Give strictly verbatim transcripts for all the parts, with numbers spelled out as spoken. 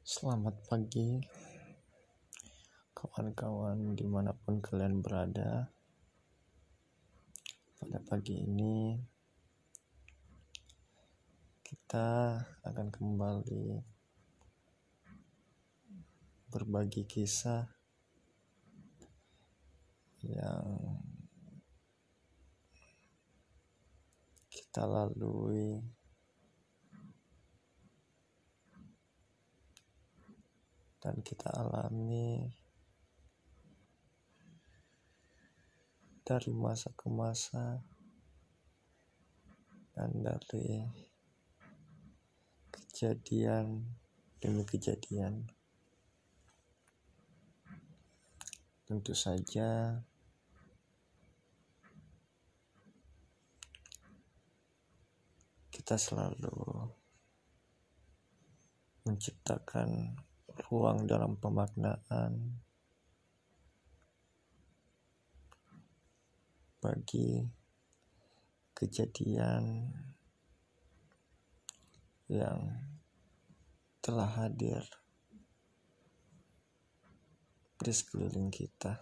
Selamat pagi kawan-kawan dimanapun kalian berada. Pada pagi ini kita akan kembali berbagi kisah yang kita lalui dan kita alami dari masa ke masa dan dari kejadian demi kejadian. Tentu saja kita selalu menciptakan ruang dalam pemaknaan bagi kejadian yang telah hadir di sekeliling kita.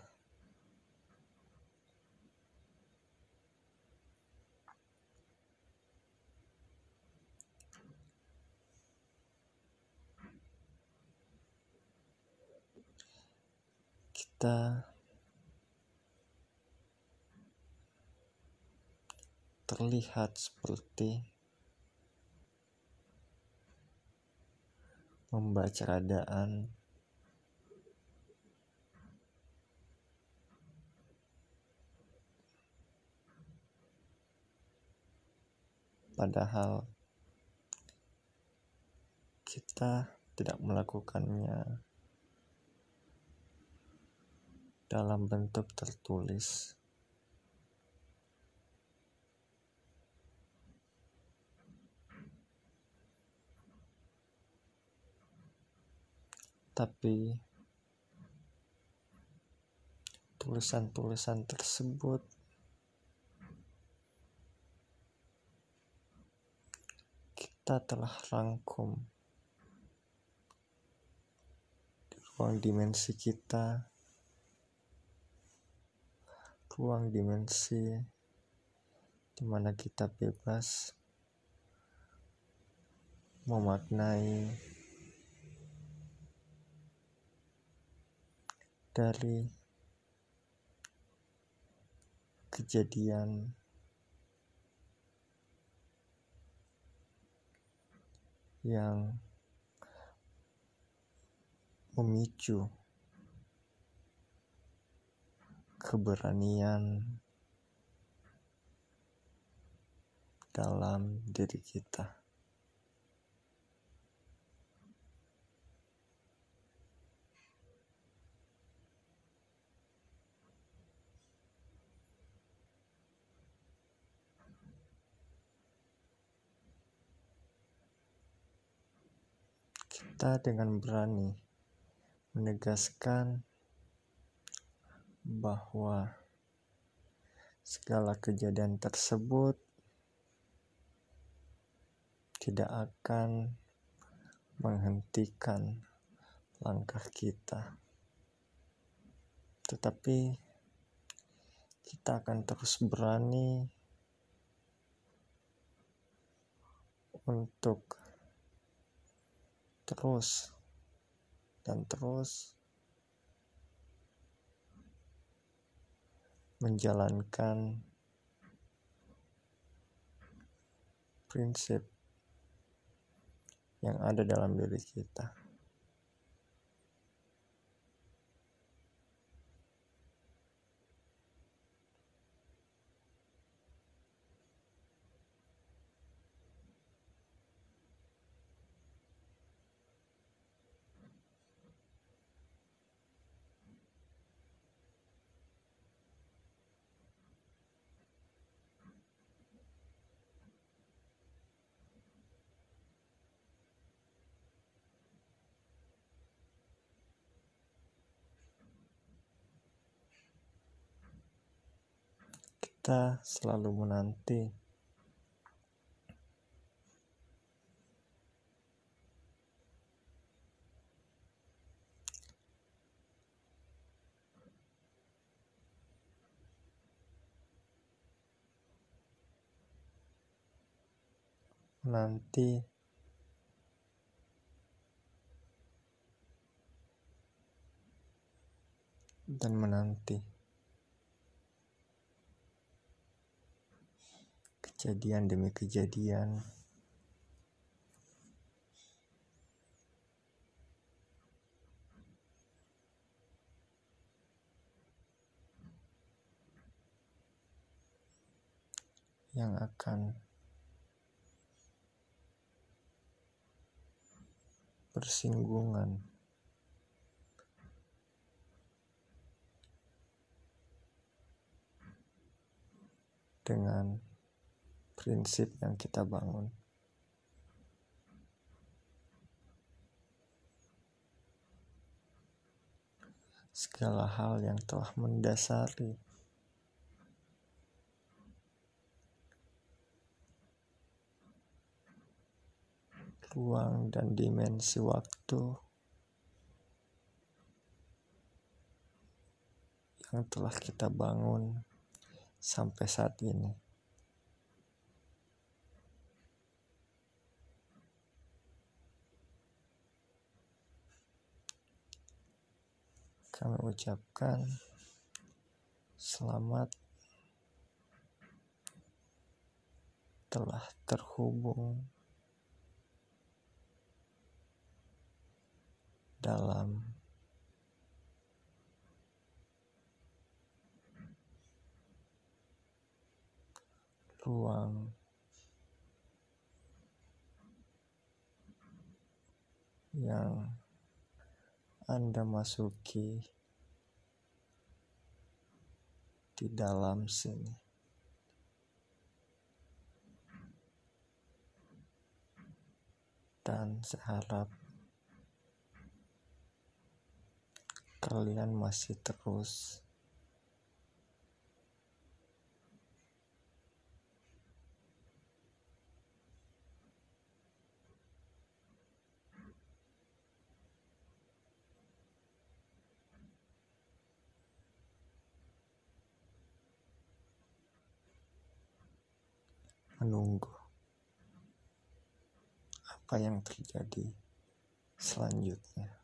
Kita terlihat seperti membaca keadaan, padahal kita tidak melakukannya dalam bentuk tertulis. Tapi tulisan-tulisan tersebut kita telah rangkum di ruang dimensi kita, ruang dimensi di mana kita bebas memaknai dari kejadian yang memicu keberanian dalam diri kita. Kita dengan berani menegaskan bahwa segala kejadian tersebut tidak akan menghentikan langkah kita, tetapi kita akan terus berani untuk terus dan terus menjalankan prinsip yang ada dalam diri kita. Kita selalu menanti nanti dan menanti kejadian demi kejadian yang akan bersinggungan dengan prinsip yang kita bangun. Segala hal yang telah mendasari ruang dan dimensi waktu yang telah kita bangun sampai saat ini. Kami ucapkan selamat telah terhubung dalam ruang yang Anda masuki di dalam sini. Dan saya harap kalian masih terus menunggu apa yang terjadi selanjutnya.